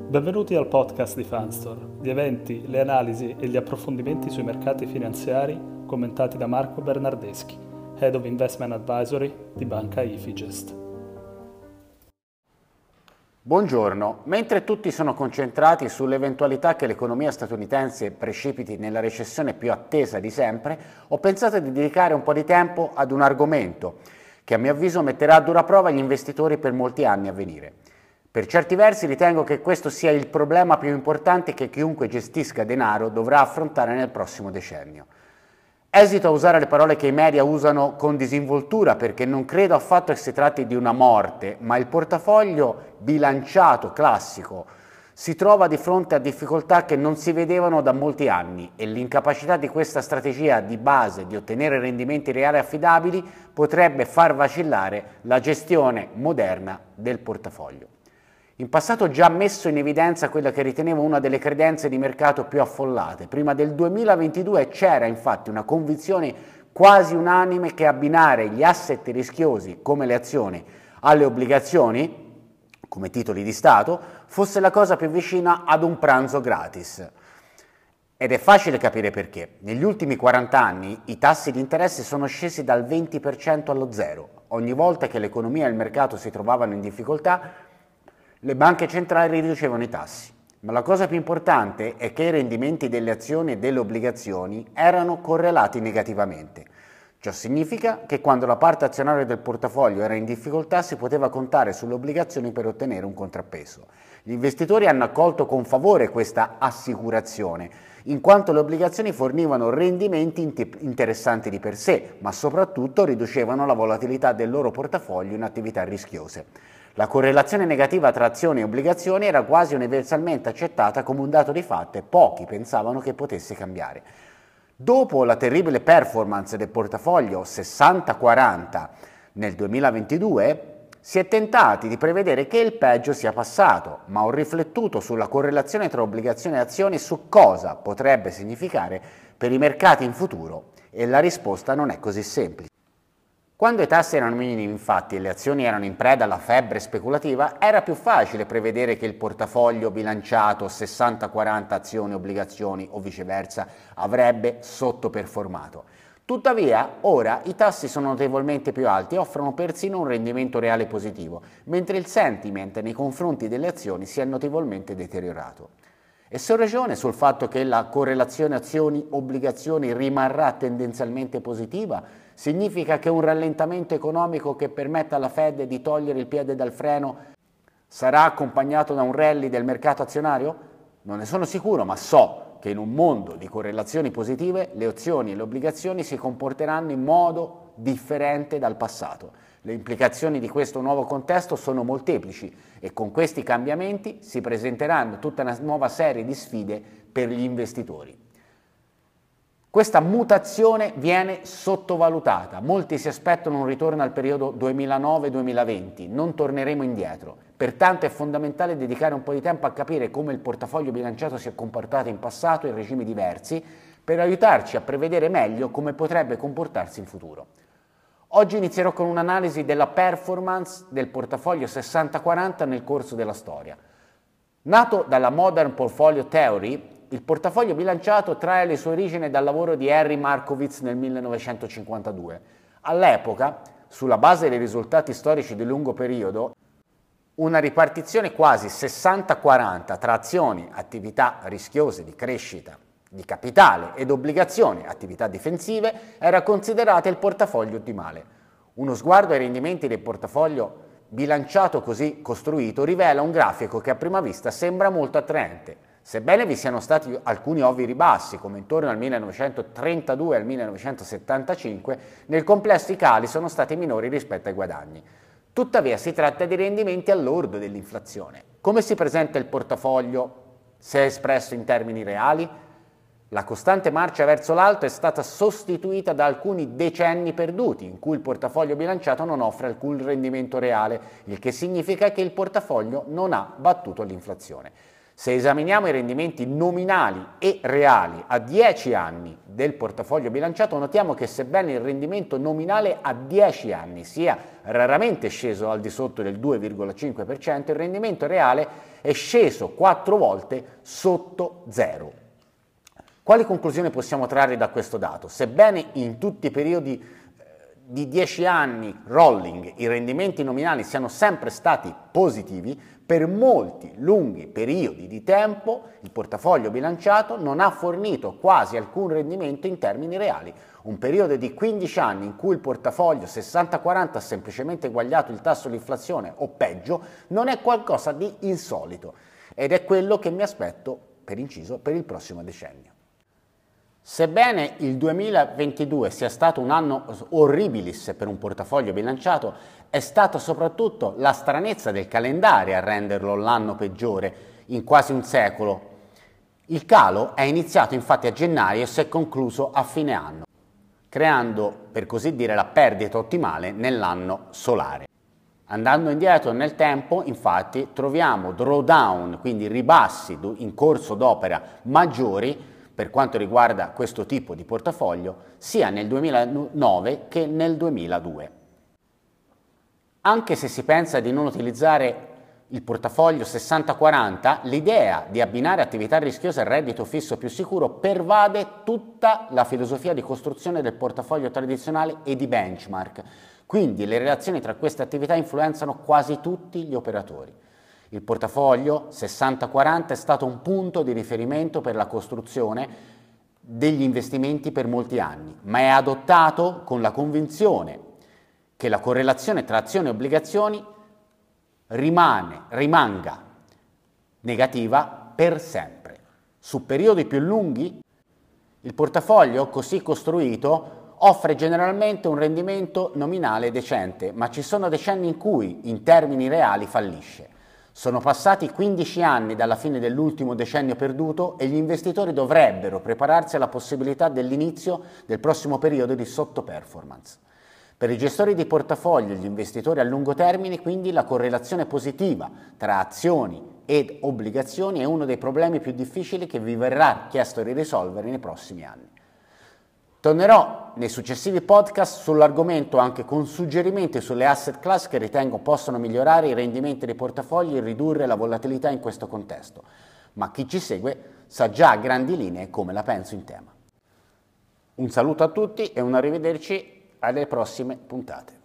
Benvenuti al podcast di Fanstore, gli eventi, le analisi e gli approfondimenti sui mercati finanziari commentati da Marco Bernardeschi, Head of Investment Advisory di Banca Ifigest. Buongiorno, mentre tutti sono concentrati sull'eventualità che l'economia statunitense precipiti nella recessione più attesa di sempre, ho pensato di dedicare un po' di tempo ad un argomento che a mio avviso metterà a dura prova gli investitori per molti anni a venire. Per certi versi ritengo che questo sia il problema più importante che chiunque gestisca denaro dovrà affrontare nel prossimo decennio. Esito a usare le parole che i media usano con disinvoltura perché non credo affatto che si tratti di una morte, ma il portafoglio bilanciato classico si trova di fronte a difficoltà che non si vedevano da molti anni e l'incapacità di questa strategia di base di ottenere rendimenti reali affidabili potrebbe far vacillare la gestione moderna del portafoglio. In passato ho già messo in evidenza quella che ritenevo una delle credenze di mercato più affollate. Prima del 2022 c'era infatti una convinzione quasi unanime che abbinare gli asset rischiosi come le azioni alle obbligazioni, come titoli di Stato, fosse la cosa più vicina ad un pranzo gratis. Ed è facile capire perché. Negli ultimi 40 anni i tassi di interesse sono scesi dal 20% allo zero. Ogni volta che l'economia e il mercato si trovavano in difficoltà, le banche centrali riducevano i tassi, ma la cosa più importante è che i rendimenti delle azioni e delle obbligazioni erano correlati negativamente. Ciò significa che quando la parte azionaria del portafoglio era in difficoltà si poteva contare sulle obbligazioni per ottenere un contrappeso. Gli investitori hanno accolto con favore questa assicurazione, in quanto le obbligazioni fornivano rendimenti interessanti di per sé, ma soprattutto riducevano la volatilità del loro portafoglio in attività rischiose. La correlazione negativa tra azioni e obbligazioni era quasi universalmente accettata come un dato di fatto e pochi pensavano che potesse cambiare. Dopo la terribile performance del portafoglio 60-40 nel 2022, si è tentati di prevedere che il peggio sia passato, ma ho riflettuto sulla correlazione tra obbligazioni e azioni su cosa potrebbe significare per i mercati in futuro e la risposta non è così semplice. Quando i tassi erano minimi, infatti, e le azioni erano in preda alla febbre speculativa, era più facile prevedere che il portafoglio bilanciato 60-40 azioni, obbligazioni o viceversa avrebbe sottoperformato. Tuttavia, ora i tassi sono notevolmente più alti e offrono persino un rendimento reale positivo, mentre il sentiment nei confronti delle azioni si è notevolmente deteriorato. E se ho ragione sul fatto che la correlazione azioni-obbligazioni rimarrà tendenzialmente positiva, significa che un rallentamento economico che permetta alla Fed di togliere il piede dal freno sarà accompagnato da un rally del mercato azionario? Non ne sono sicuro, ma so che in un mondo di correlazioni positive le azioni e le obbligazioni si comporteranno in modo differente dal passato. Le implicazioni di questo nuovo contesto sono molteplici e con questi cambiamenti si presenteranno tutta una nuova serie di sfide per gli investitori. Questa mutazione viene sottovalutata, molti si aspettano un ritorno al periodo 2009-2020, non torneremo indietro, pertanto è fondamentale dedicare un po' di tempo a capire come il portafoglio bilanciato si è comportato in passato in regimi diversi per aiutarci a prevedere meglio come potrebbe comportarsi in futuro. Oggi inizierò con un'analisi della performance del portafoglio 60-40 nel corso della storia. Nato dalla Modern Portfolio Theory, il portafoglio bilanciato trae le sue origini dal lavoro di Henry Markowitz nel 1952. All'epoca, sulla base dei risultati storici di lungo periodo, una ripartizione quasi 60-40 tra azioni, attività rischiose di crescita di capitale ed obbligazioni, attività difensive, era considerata il portafoglio ottimale. Uno sguardo ai rendimenti del portafoglio bilanciato così costruito rivela un grafico che a prima vista sembra molto attraente. Sebbene vi siano stati alcuni ovvi ribassi, come intorno al 1932 e al 1975, nel complesso i cali sono stati minori rispetto ai guadagni. Tuttavia si tratta di rendimenti al lordo dell'inflazione. Come si presenta il portafoglio se espresso in termini reali? La costante marcia verso l'alto è stata sostituita da alcuni decenni perduti, in cui il portafoglio bilanciato non offre alcun rendimento reale, il che significa che il portafoglio non ha battuto l'inflazione. Se esaminiamo i rendimenti nominali e reali a 10 anni del portafoglio bilanciato, notiamo che sebbene il rendimento nominale a 10 anni sia raramente sceso al di sotto del 2,5%, il rendimento reale è sceso 4 volte sotto zero. Quali conclusioni possiamo trarre da questo dato? Sebbene in tutti i periodi di 10 anni rolling i rendimenti nominali siano sempre stati positivi, per molti lunghi periodi di tempo il portafoglio bilanciato non ha fornito quasi alcun rendimento in termini reali. Un periodo di 15 anni in cui il portafoglio 60-40 ha semplicemente eguagliato il tasso di inflazione o peggio non è qualcosa di insolito ed è quello che mi aspetto, per inciso, per il prossimo decennio. Sebbene il 2022 sia stato un anno horribilis per un portafoglio bilanciato, è stata soprattutto la stranezza del calendario a renderlo l'anno peggiore in quasi un secolo. Il calo è iniziato infatti a gennaio e si è concluso a fine anno, creando, per così dire, la perdita ottimale nell'anno solare. Andando indietro nel tempo, infatti, troviamo drawdown, quindi ribassi in corso d'opera maggiori per quanto riguarda questo tipo di portafoglio, sia nel 2009 che nel 2002. Anche se si pensa di non utilizzare il portafoglio 60-40, l'idea di abbinare attività rischiose al reddito fisso più sicuro pervade tutta la filosofia di costruzione del portafoglio tradizionale e di benchmark. Quindi le relazioni tra queste attività influenzano quasi tutti gli operatori. Il portafoglio 60-40 è stato un punto di riferimento per la costruzione degli investimenti per molti anni, ma è adottato con la convinzione che la correlazione tra azioni e obbligazioni rimanga negativa per sempre. Su periodi più lunghi, il portafoglio così costruito offre generalmente un rendimento nominale decente, ma ci sono decenni in cui, in termini reali, fallisce. Sono passati 15 anni dalla fine dell'ultimo decennio perduto e gli investitori dovrebbero prepararsi alla possibilità dell'inizio del prossimo periodo di sottoperformance. Per i gestori di portafoglio e gli investitori a lungo termine, quindi, la correlazione positiva tra azioni ed obbligazioni è uno dei problemi più difficili che vi verrà chiesto di risolvere nei prossimi anni. Tornerò nei successivi podcast sull'argomento anche con suggerimenti sulle asset class che ritengo possono migliorare i rendimenti dei portafogli e ridurre la volatilità in questo contesto, ma chi ci segue sa già a grandi linee come la penso in tema. Un saluto a tutti e un arrivederci alle prossime puntate.